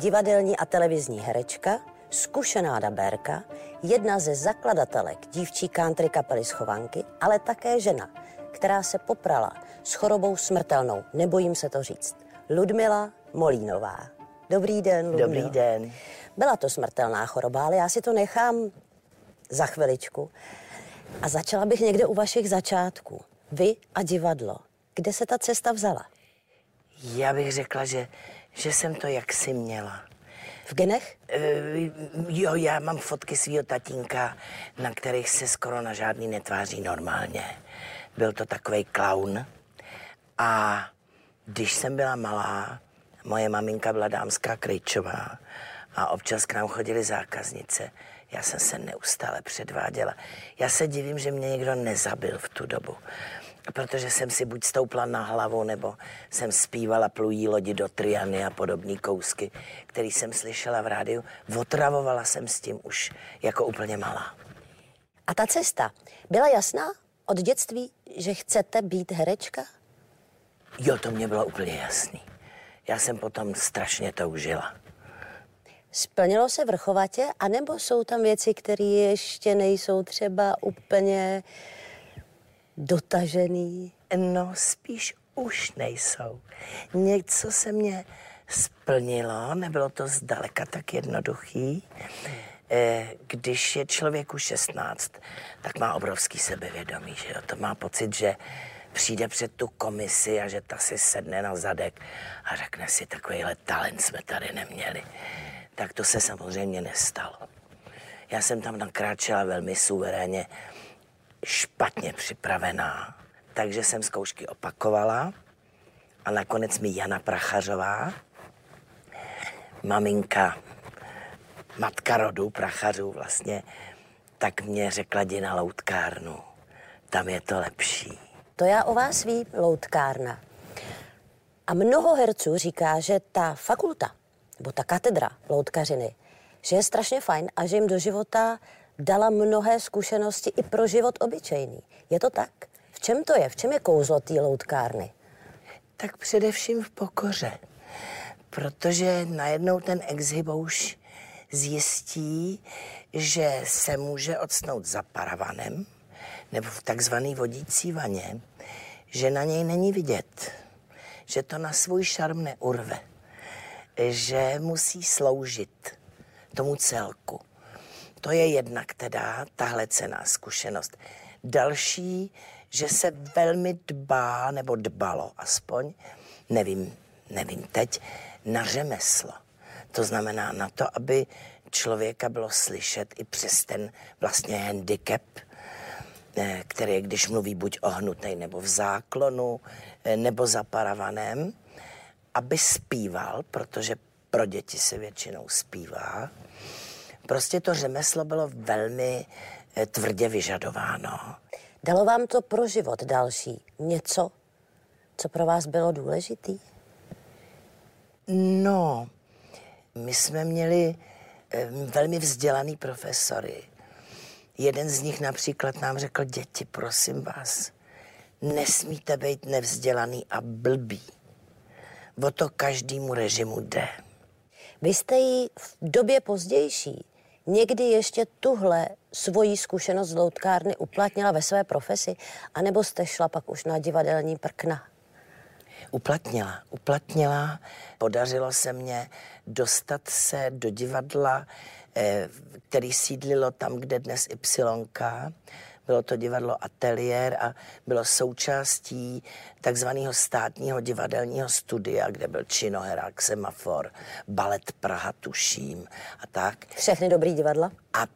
divadelní a televizní herečka, zkušená dabérka, jedna ze zakladatelek dívčí country kapely Schovanky, ale také žena, která se poprala s chorobou smrtelnou, nebojím se to říct, Ludmila Molínová. Dobrý den, Ludmila. Dobrý den. Byla to smrtelná choroba, ale já si to nechám za chviličku. A začala bych někde u vašich začátků. Vy a divadlo. Kde se ta cesta vzala? Já bych řekla, že jsem to jaksi měla. V genech? Jo, já mám fotky svýho tatínka, na kterých se skoro na žádný netváří normálně. Byl to takovej klaun. A když jsem byla malá, moje maminka byla dámská krejčová a občas k nám chodily zákaznice. Já jsem se neustále předváděla. Já se divím, že mě někdo nezabil v tu dobu. Protože jsem si buď stoupla na hlavu, nebo jsem zpívala Plují lodi do Triany a podobný kousky, který jsem slyšela v rádiu. Otravovala jsem s tím už jako úplně malá. A ta cesta byla jasná od dětství, že chcete být herečka? Jo, to mě bylo úplně jasný. Já jsem potom strašně toužila. Splnilo se vrchovatě, anebo jsou tam věci, které ještě nejsou třeba úplně dotažený? No, spíš už nejsou. Něco se mě splnilo, nebylo to zdaleka tak jednoduchý. Když je člověku 16, tak má obrovský sebevědomí, že jo? To má pocit, že přijde před tu komisi a že ta si sedne na zadek a řekne si, takovýhle talent jsme tady neměli. Tak to se samozřejmě nestalo. Já jsem tam nakráčela velmi suverénně, špatně připravená, takže jsem zkoušky opakovala a nakonec mi Jana Prachařová, matka rodu Prachařů vlastně, tak mě řekla, jdi na loutkárnu, tam je to lepší. To já o vás vím, loutkárna. A mnoho herců říká, že ta fakulta, nebo ta katedra loutkařiny, že je strašně fajn a že jim do života dala mnohé zkušenosti i pro život obyčejný. Je to tak? V čem to je? V čem je kouzlo té loutkárny? Tak především v pokoře. Protože najednou ten exhibouš zjistí, že se může octnout za paravanem nebo v takzvaný vodící vaně, že na něj není vidět, že to na svůj šarm neurve, že musí sloužit tomu celku. To je jednak teda tahle cenná zkušenost. Další, že se velmi dbá, nebo dbalo aspoň, nevím teď, na řemeslo. To znamená na to, aby člověka bylo slyšet i přes ten vlastně handicap, který je, když mluví buď ohnutej, nebo v záklonu, nebo za paravanem, aby zpíval, protože pro děti se většinou zpívá. Prostě to řemeslo bylo velmi tvrdě vyžadováno. Dalo vám to pro život další něco, co pro vás bylo důležitý? No, my jsme měli velmi vzdělaný profesory. Jeden z nich například nám řekl, děti, prosím vás, nesmíte být nevzdělaný a blbý. O to každému režimu jde. Vy jste jí v době pozdější někdy ještě tuhle svoji zkušenost z loutkárny uplatnila ve své profesi, anebo jste šla pak už na divadelní prkna? Uplatnila. Podařilo se mně dostat se do divadla, který sídlilo tam, kde dnes Ypsilonka. Bylo to divadlo Ateliér a bylo součástí takzvaného státního divadelního studia, kde byl Činoherák, Semafor, Balet Praha, tuším a tak. Všechny dobrý divadla? A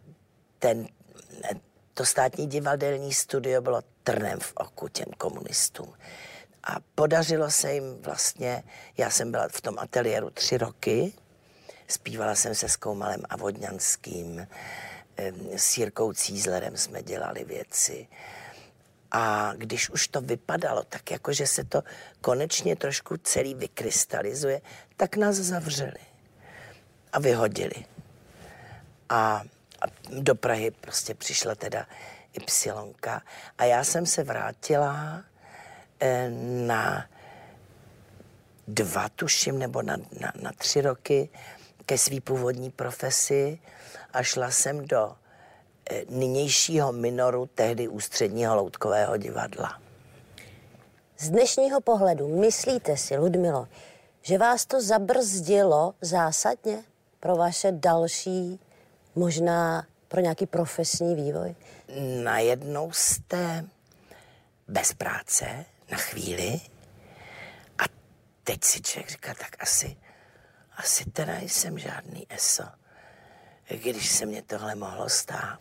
to státní divadelní studio bylo trnem v oku těm komunistům. A podařilo se jim vlastně, já jsem byla v tom ateliéru 3 roky, zpívala jsem se s Koumalem a Vodňanským, s Jirkou Cízlerem jsme dělali věci. A když už to vypadalo tak, jako že se to konečně trošku celý vykrystalizuje, tak nás zavřeli a vyhodili. A do Prahy prostě přišla teda Ypsilonka a já jsem se vrátila na 2, tuším, nebo na 3 roky ke své původní profesi a šla jsem do nynějšího minoru, tehdy Ústředního loutkového divadla. Z dnešního pohledu myslíte si, Ludmilo, že vás to zabrzdilo zásadně pro vaše další, možná pro nějaký profesní vývoj? Najednou jste bez práce na chvíli a teď si člověk říká, tak asi teda jsem žádný ESO, když se mě tohle mohlo stát.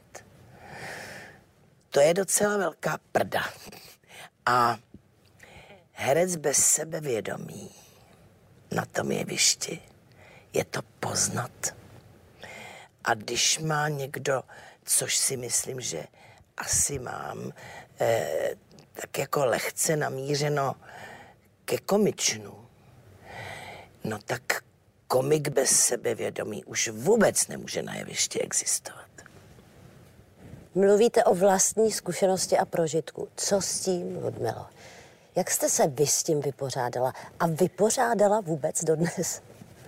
To je docela velká prda. A herec bez sebevědomí na tom jevišti je to poznat. A když má někdo, což si myslím, že asi mám, tak jako lehce namířeno ke komičnu, no tak komik bez sebevědomí už vůbec nemůže na jevišti existovat. Mluvíte o vlastní zkušenosti a prožitku. Co s tím, Ludmilo? Jak jste se vy s tím vypořádala? A vypořádala vůbec dodnes?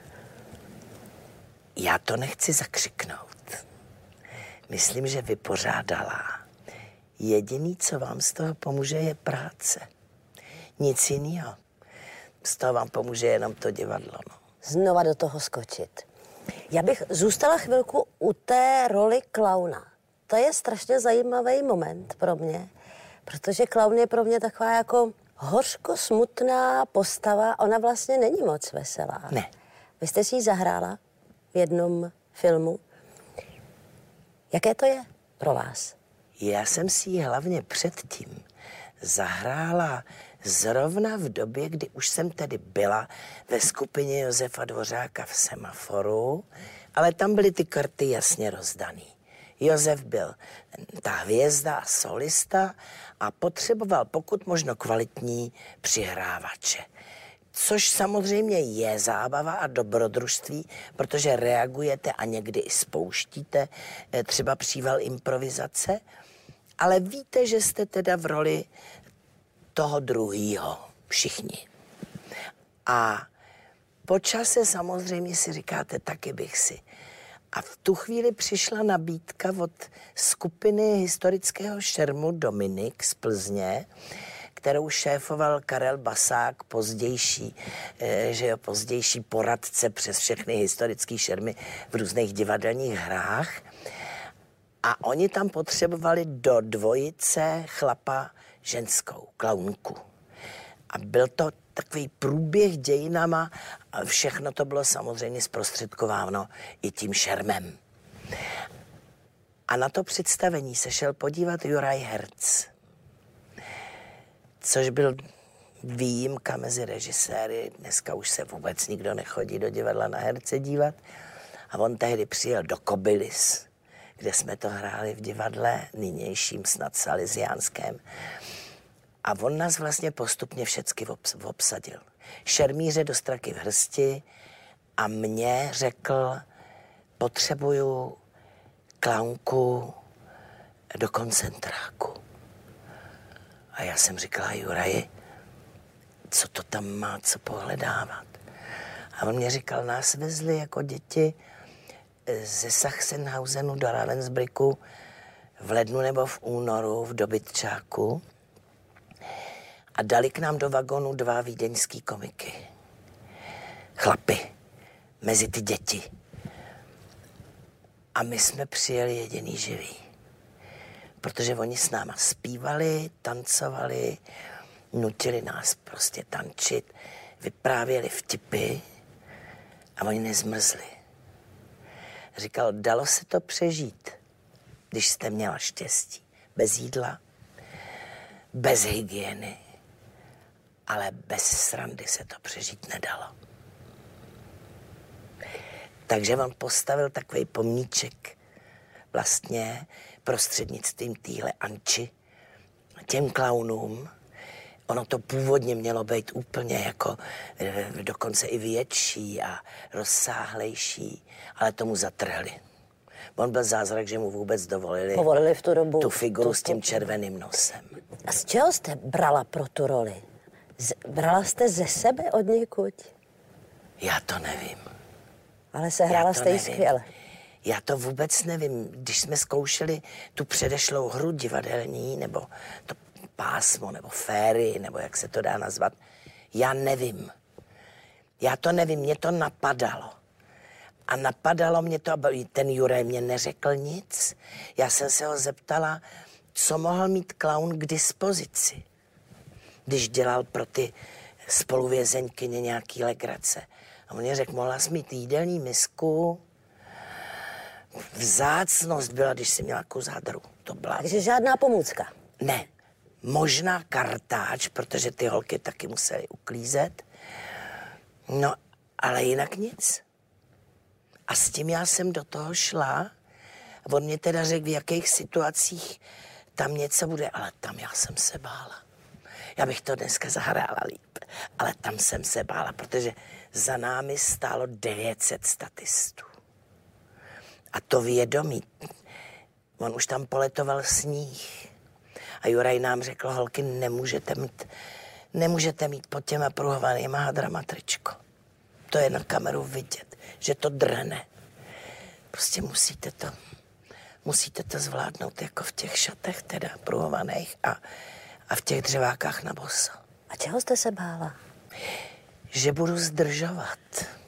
Já to nechci zakřiknout. Myslím, že vypořádala. Jediný, co vám z toho pomůže, je práce. Nic jiného. Z toho vám pomůže jenom to divadlo. No. Znova do toho skočit. Já bych zůstala chvilku u té roli klauna. To je strašně zajímavý moment pro mě, protože klaun je pro mě taková jako hořko smutná postava. Ona vlastně není moc veselá. Ne. Vy jste si ji zahrála v jednom filmu. Jaké to je pro vás? Já jsem si ji hlavně předtím zahrála zrovna v době, kdy už jsem tedy byla ve skupině Josefa Dvořáka v Semaforu, ale tam byly ty karty jasně rozdaný. Josef byl ta hvězda a solista a potřeboval pokud možno kvalitní přihrávače. Což samozřejmě je zábava a dobrodružství, protože reagujete a někdy i spouštíte třeba příval improvizace, ale víte, že jste teda v roli toho druhýho, všichni. A po čase samozřejmě si říkáte, taky bych si. A v tu chvíli přišla nabídka od skupiny historického šermu Dominik z Plzně, kterou šéfoval Karel Basák, pozdější poradce přes všechny historické šermy v různých divadelních hrách. A oni tam potřebovali do dvojice chlapa ženskou, klaunku. A byl to takový průběh dějinama a všechno to bylo samozřejmě zprostředkováno i tím šermem. A na to představení se šel podívat Juraj Herc, což byl výjimka mezi režiséry. Dneska už se vůbec nikdo nechodí do divadla na herce dívat. A on tehdy přijel do Kobylis, kde jsme to hráli v divadle nynějším, snad salesiánském. A on nás vlastně postupně všecky obsadil. Šermíře do Straky v hrsti a mně řekl, potřebuju klaunku do koncentráku. A já jsem říkala, Juraji, co to tam má co pohledávat? A on mě říkal, nás vezli jako děti ze Sachsenhausenu do Ravensbrücku v lednu nebo v únoru v dobytčáku a dali k nám do vagonu 2 vídeňský komiky. Chlapy, mezi ty děti. A my jsme přijeli jediný živý. Protože oni s náma zpívali, tancovali, nutili nás prostě tančit, vyprávěli vtipy a oni nezmrzli. Říkal, dalo se to přežít, když jste měla štěstí. Bez jídla, bez hygieny, ale bez srandy se to přežít nedalo. Takže on postavil takový pomníček vlastně prostřednictvím téhle Anči těm klaunům. Ono to původně mělo být úplně jako dokonce i větší a rozsáhlejší, ale tomu zatrhli. On byl zázrak, že mu vůbec dovolili v tu dobu tu figuru s tím červeným nosem. A z čeho jste brala pro tu roli? Brala jste ze sebe od někud? Já to nevím. Ale sehrála jste ji skvěle. Já to vůbec nevím. Když jsme zkoušeli tu předešlou hru divadelní, nebo to pásmo, nebo féry, nebo jak se to dá nazvat, já nevím. Já to nevím, mě to napadalo. A napadalo mě to, ten Juraj mě neřekl nic. Já jsem se ho zeptala, co mohl mít klaun k dispozici, když dělal pro ty spoluvězeňkyně nějaký legrace. A on mě řekl, mohla jsi mít jídelní misku. Vzácnost byla, když jsi měla kus hadru. To byla... Takže žádná pomůcka? Ne. Možná kartáč, protože ty holky taky musely uklízet. No, ale jinak nic. A s tím já jsem do toho šla. On mě teda řekl, v jakých situacích tam něco bude, ale tam já jsem se bála. Já bych to dneska zahrála líp, ale tam jsem se bála, protože za námi stálo 900 statistů. A to vědomí, on už tam poletoval sníh. A Juraj nám řekl, holky, nemůžete mít pod těma pruhovanýma hadrama tričko. To je na kameru vidět, že to drhne. Prostě musíte to zvládnout jako v těch šatech teda pruhovaných a v těch dřevákách na boso. A čeho jste se bála? Že budu zdržovat.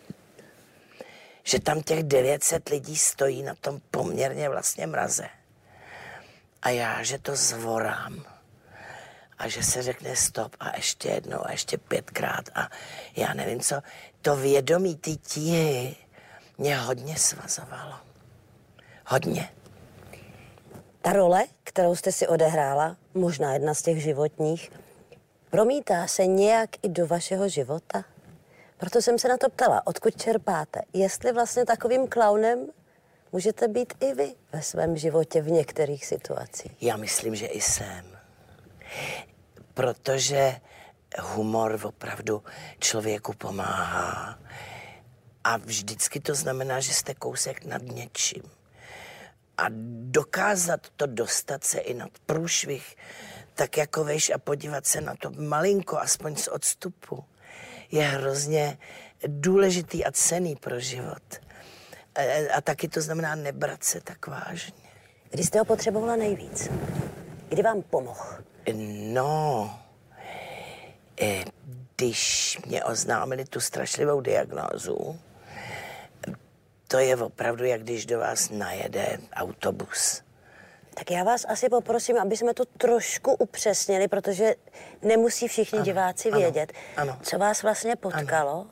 Že tam těch 900 lidí stojí na tom poměrně vlastně mraze. A já, že to zvorám. A že se řekne stop a ještě jednou a ještě 5krát a já nevím co. To vědomí ty tíhy mě hodně svazovalo. Hodně. Ta role, kterou jste si odehrála, možná jedna z těch životních, promítá se nějak i do vašeho života? Proto jsem se na to ptala, odkud čerpáte. Jestli vlastně takovým klaunem můžete být i vy ve svém životě v některých situacích. Já myslím, že i jsem. Protože humor opravdu člověku pomáhá. A vždycky to znamená, že jste kousek nad něčím. A dokázat to dostat se i nad průšvih, tak jako veš a podívat se na to malinko, aspoň z odstupu, je hrozně důležitý a cenný pro život. A taky to znamená nebrat se tak vážně. Kdy jste ho potřebovala nejvíc? Kdy vám pomohl? No, když mě oznámili tu strašlivou diagnózu, to je opravdu, jak když do vás najede autobus. Tak já vás asi poprosím, aby jsme to trošku upřesnili, protože nemusí všichni diváci vědět. Ano. Co vás vlastně potkalo?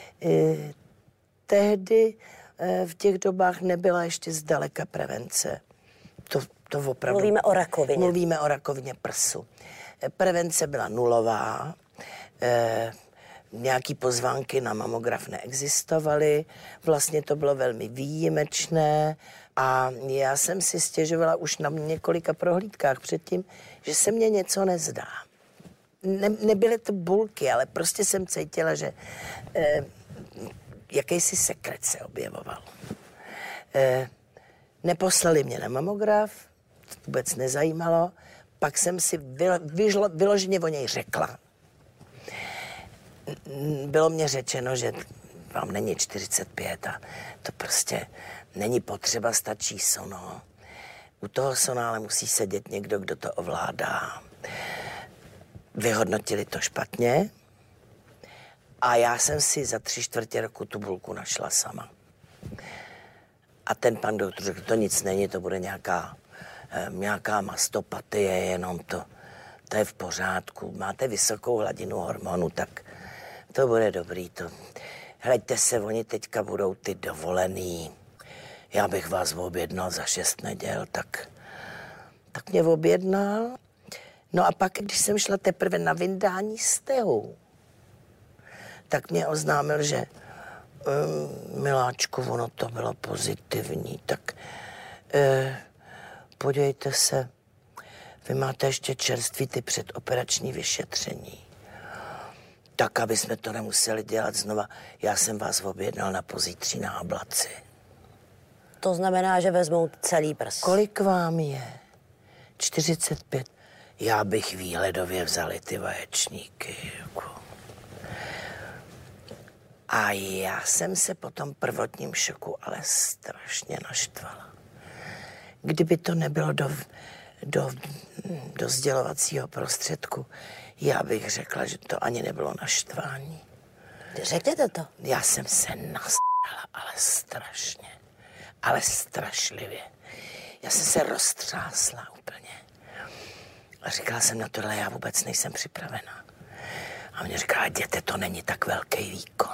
Tehdy v těch dobách nebyla ještě zdaleka prevence. To opravdu... Mluvíme o rakovině. Mluvíme o rakovině prsu. Prevence byla nulová. Nějaký pozvánky na mamograf neexistovaly. Vlastně to bylo velmi výjimečné. A já jsem si stěžovala už na několika prohlídkách předtím, že se mně něco nezdá. Nebyly to bulky, ale prostě jsem cítila, že jakýsi sekret se objevoval. Neposlali mě na mamograf, vůbec nezajímalo. Pak jsem si vyloženě o něj řekla. Bylo mě řečeno, že vám není 45 a to prostě není potřeba, stačí sono. U toho sona ale musí sedět někdo, kdo to ovládá. Vyhodnotili to špatně a já jsem si za 3/4 roku tu bulku našla sama. A ten pan doktor řekl, to nic není, to bude nějaká mastopatie, jenom to je v pořádku. Máte vysokou hladinu hormonu, tak to bude dobrý. Hleďte se, oni teďka budou ty dovolený. Já bych vás objednal za 6 neděl, tak mě objednal. No a pak, když jsem šla teprve na vyndání stehu, tak mě oznámil, že miláčku, ono to bylo pozitivní, tak podívejte se, vy máte ještě čerstvý ty předoperační vyšetření. Tak, aby jsme to nemuseli dělat znova, já jsem vás objednal na pozítří na ablaci. To znamená, že vezmou celý prst. Kolik vám je? 45. Já bych výhledově vzali ty vaječníky. Jako. A já jsem se po tom prvotním šoku ale strašně naštvala. Kdyby to nebylo do sdělovacího prostředku, já bych řekla, že to ani nebylo naštvání. Řekněte to. Já jsem se nasrala, ale strašně. Ale strašlivě. Já jsem se roztřásla úplně. A říkala jsem na tohle, já vůbec nejsem připravená. A mě říkala, děte, to není tak velký výkon.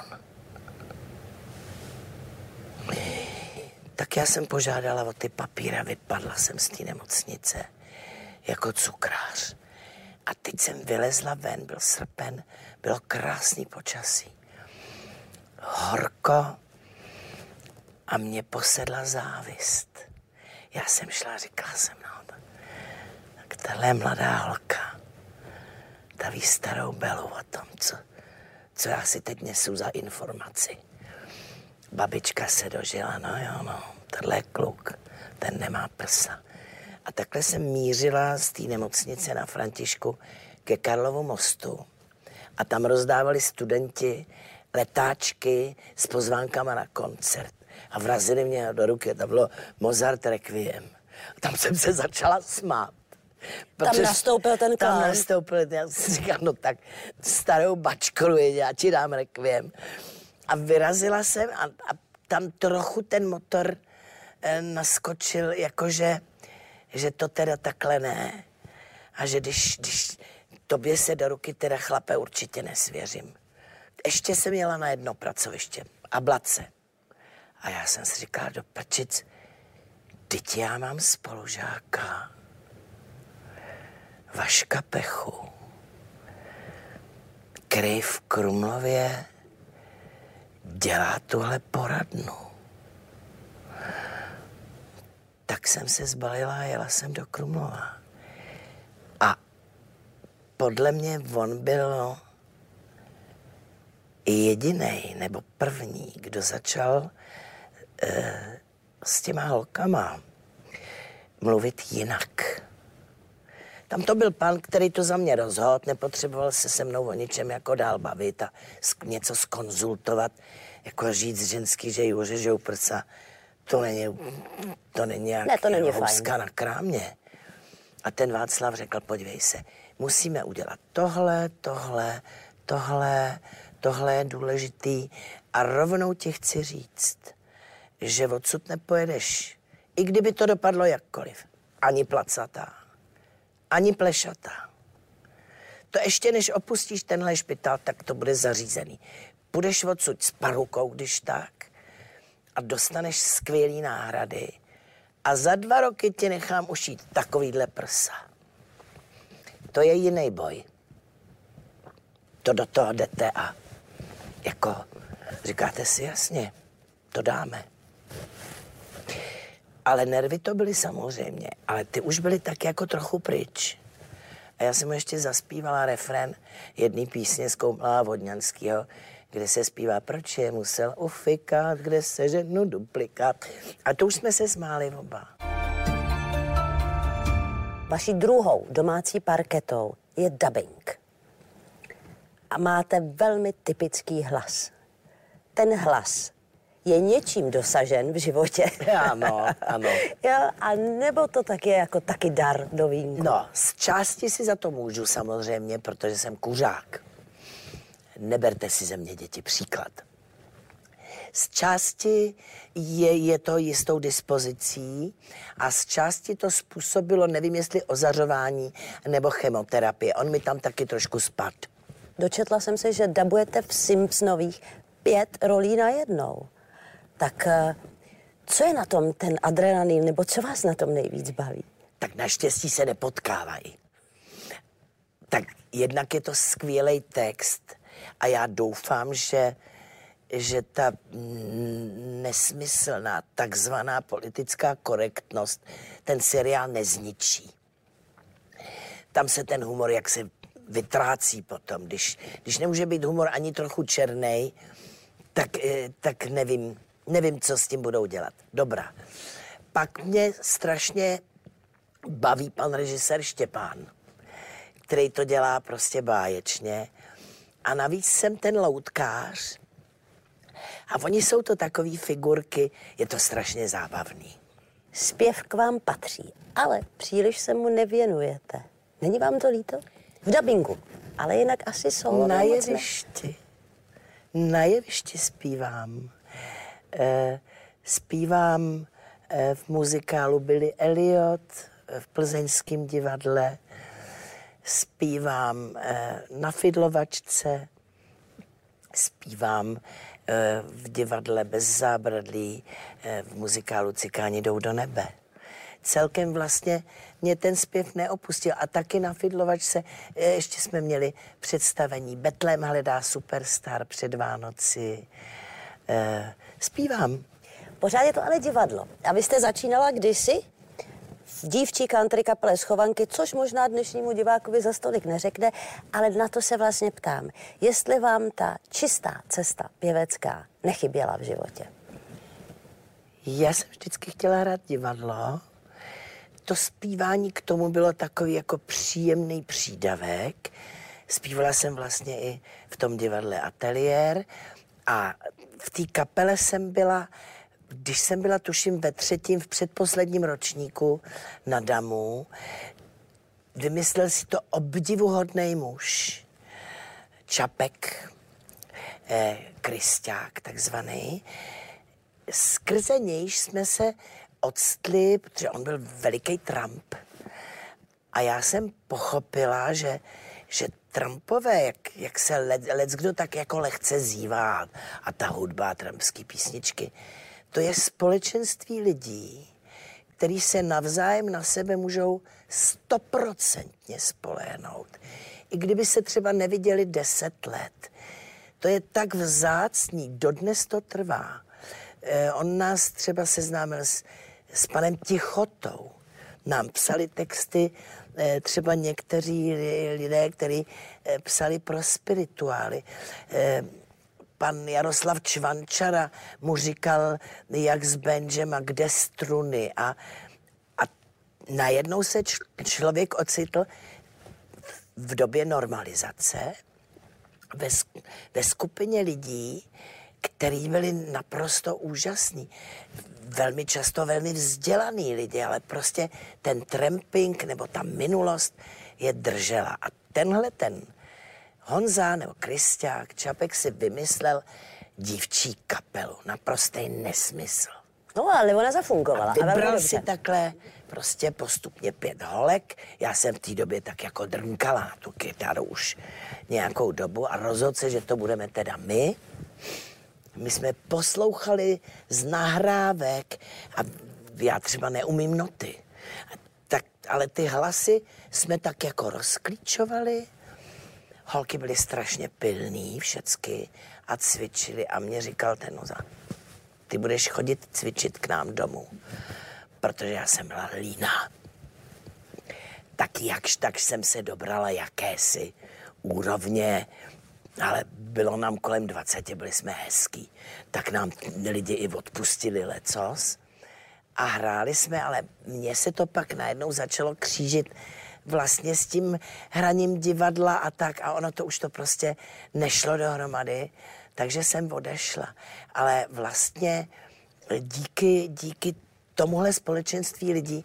Tak já jsem požádala o ty papíry a vypadla jsem z té nemocnice jako cukrář. A teď jsem vylezla ven, byl srpen, bylo krásný počasí. Horko a mě posedla závist. Já jsem šla a říkala jsem, no, tak tahle mladá holka, ta ví starou Belu o tom, co já si teď nesu za informaci. Babička se dožila, no jo, no, tenhle kluk, ten nemá prsa. A takhle jsem mířila z té nemocnice na Františku ke Karlovu mostu. A tam rozdávali studenti letáčky s pozvánkama na koncert. A vrazili mě do ruky, tam bylo Mozart Requiem. A tam jsem se začala smát. Tam nastoupil ten Tam clown. nastoupil, já si říkám, no tak starou bačkolu je, já ti dám Requiem. A vyrazila jsem a tam trochu ten motor naskočil, jakože že to teda takhle ne. A že když tobě se do ruky teda chlape určitě nesvěřím. Ještě jsem jela na jedno pracoviště, Ablace. A já jsem si říkala do prčic, teď já mám spolužáka Vaška Pechu, který v Krumlově dělá tuhle poradnu. Tak jsem se zbalila a jela jsem do Krumlova. A podle mě on byl jedinej nebo první, kdo začal s těma holkama mluvit jinak. Tam to byl pan, který to za mě rozhodl, nepotřeboval se mnou o ničem jako dál bavit a něco zkonzultovat, jako říct ženský, že jí uřežou prsa. To není jak ne, to není houska fajn. na krámě. A ten Václav řekl, podívej se, musíme udělat tohle je důležitý a rovnou ti chci říct, že odsud nepojedeš, i kdyby to dopadlo jakkoliv, ani placatá, ani plešatá. To ještě než opustíš tenhle špitál, tak to bude zařízený. Půjdeš odsud s parukou, když tak, a dostaneš skvělý náhrady a za 2 roky ti nechám ušít takovýhle prsa. To je jiný boj. To do toho jdete a jako říkáte si jasně, to dáme. Ale nervy to byly samozřejmě, ale ty už byly tak jako trochu pryč. A já jsem mu ještě zaspívala refrén jedné písně z Koumala Vodňanského, kde se zpívá, proč je musel ufikat, kde se ženu duplikát. A to už jsme se smáli oba. Vaší druhou domácí parketou je dubbing. A máte velmi typický hlas. Ten hlas je něčím dosažen v životě. Ano, ano. Jo, a nebo to tak je jako taky dar do vínku? No, z části si za to můžu samozřejmě, protože jsem kuřák. Neberte si ze mě, děti, příklad. Z části je to jistou dispozicí a z části to způsobilo, nevím, jestli ozařování nebo chemoterapie. On mi tam taky trošku spad. Dočetla jsem se, že dabujete v Simpsonových 5 rolí najednou. Tak co je na tom ten adrenalin, nebo co vás na tom nejvíc baví? Tak naštěstí se nepotkávají. Tak jednak je to skvělý text a já doufám, že ta nesmyslná takzvaná politická korektnost ten seriál nezničí. Tam se ten humor jaksi vytrácí potom. Když nemůže být humor ani trochu černej, tak nevím, co s tím budou dělat. Dobrá. Pak mě strašně baví pan režisér Štěpán, který to dělá prostě báječně. A navíc jsem ten loutkář, A oni jsou to takový figurky, je to strašně zábavný. Zpěv k vám patří, ale příliš se mu nevěnujete. Není vám to líto? V dabingu, ale jinak asi solo. Na jevišti. Na jevišti zpívám. Zpívám v muzikálu Billy Elliot v Plzeňském divadle. Zpívám na fidlovačce. Zpívám v divadle Bez zábradlí v muzikálu Cikáni jdou do nebe. Celkem vlastně mě ten zpěv neopustil. A taky na fidlovačce ještě jsme měli představení Betlém hledá superstar před Vánoci. Zpívám. Pořád je to ale divadlo. A vy jste začínala kdysi v dívčí country kapele Schovanky, což možná dnešnímu divákovi za stolik neřekne, ale na to se vlastně ptám. Jestli vám ta čistá cesta pěvecká nechyběla v životě? Já jsem vždycky chtěla hrát divadlo. To zpívání k tomu bylo takový jako příjemný přídavek. Zpívala jsem vlastně i v tom divadle Ateliér a v té kapele jsem byla, když jsem byla tuším v předposledním ročníku na Damu, vymyslel si to obdivuhodný muž, Čapek, Krisťák takzvaný. Skrze nějž jsme se odstli, protože on byl veliký Trump. A já jsem pochopila, že Trumpové, jak se leckdo tak jako lehce zývá a ta hudba, trumpský písničky, to je společenství lidí, který se navzájem na sebe můžou 100% spolehnout. I kdyby se třeba neviděli 10 let. To je tak vzácný, dodnes to trvá. On nás třeba seznámil s panem Tichotou. Nám psali texty třeba někteří lidé, kteří psali pro spirituály. Pan Jaroslav Čvančara mu říkal, jak s banjem a kde struny. A najednou se člověk ocitl v době normalizace ve skupině lidí, který byli naprosto úžasní. Velmi často velmi vzdělaný lidi, ale prostě ten tramping nebo ta minulost je držela. A tenhle ten Honza nebo Krisťák, Čapek si vymyslel dívčí kapelu. Naprostý nesmysl. No, ale ona zafungovala. A vybral si takhle prostě postupně 5 holek. Já jsem v té době tak jako drnkala na tu kytaru už nějakou dobu a rozhodl se, že to budeme teda my. My jsme poslouchali z nahrávek a já třeba neumím noty. Tak, ale ty hlasy jsme tak jako rozklíčovali. Holky byly strašně pilný všecky a cvičili a mě říkal ten Noza, ty budeš chodit cvičit k nám domů, protože já jsem byla líná. Tak jakž tak jsem se dobrala jakési úrovně, ale bylo nám kolem 20, byli jsme hezký. Tak nám lidi i odpustili lecos a hráli jsme, ale mně se to pak najednou začalo křížit vlastně s tím hraním divadla a tak a ono to už to prostě nešlo dohromady, takže jsem odešla. Ale vlastně díky tomuhle společenství lidí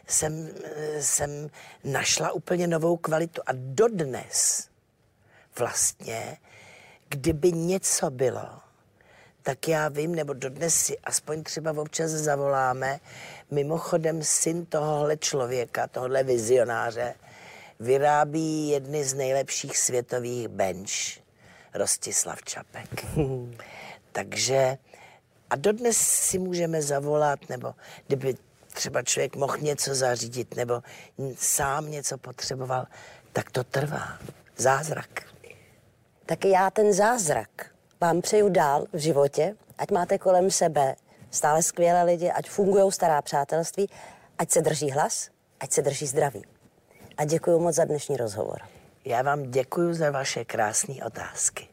jsem našla úplně novou kvalitu a dodnes vlastně, kdyby něco bylo, tak já vím, nebo dodnes si aspoň třeba občas zavoláme. Mimochodem syn tohohle člověka, tohohle vizionáře, vyrábí jedny z nejlepších světových bench, Rostislav Čapek. Takže a dodnes si můžeme zavolat, nebo kdyby třeba člověk mohl něco zařídit, nebo sám něco potřeboval, tak to trvá. Zázrak. Tak já ten zázrak vám přeju dál v životě, ať máte kolem sebe stále skvělé lidi, ať fungují stará přátelství, ať se drží hlas, ať se drží zdraví. A děkuji moc za dnešní rozhovor. Já vám děkuji za vaše krásné otázky.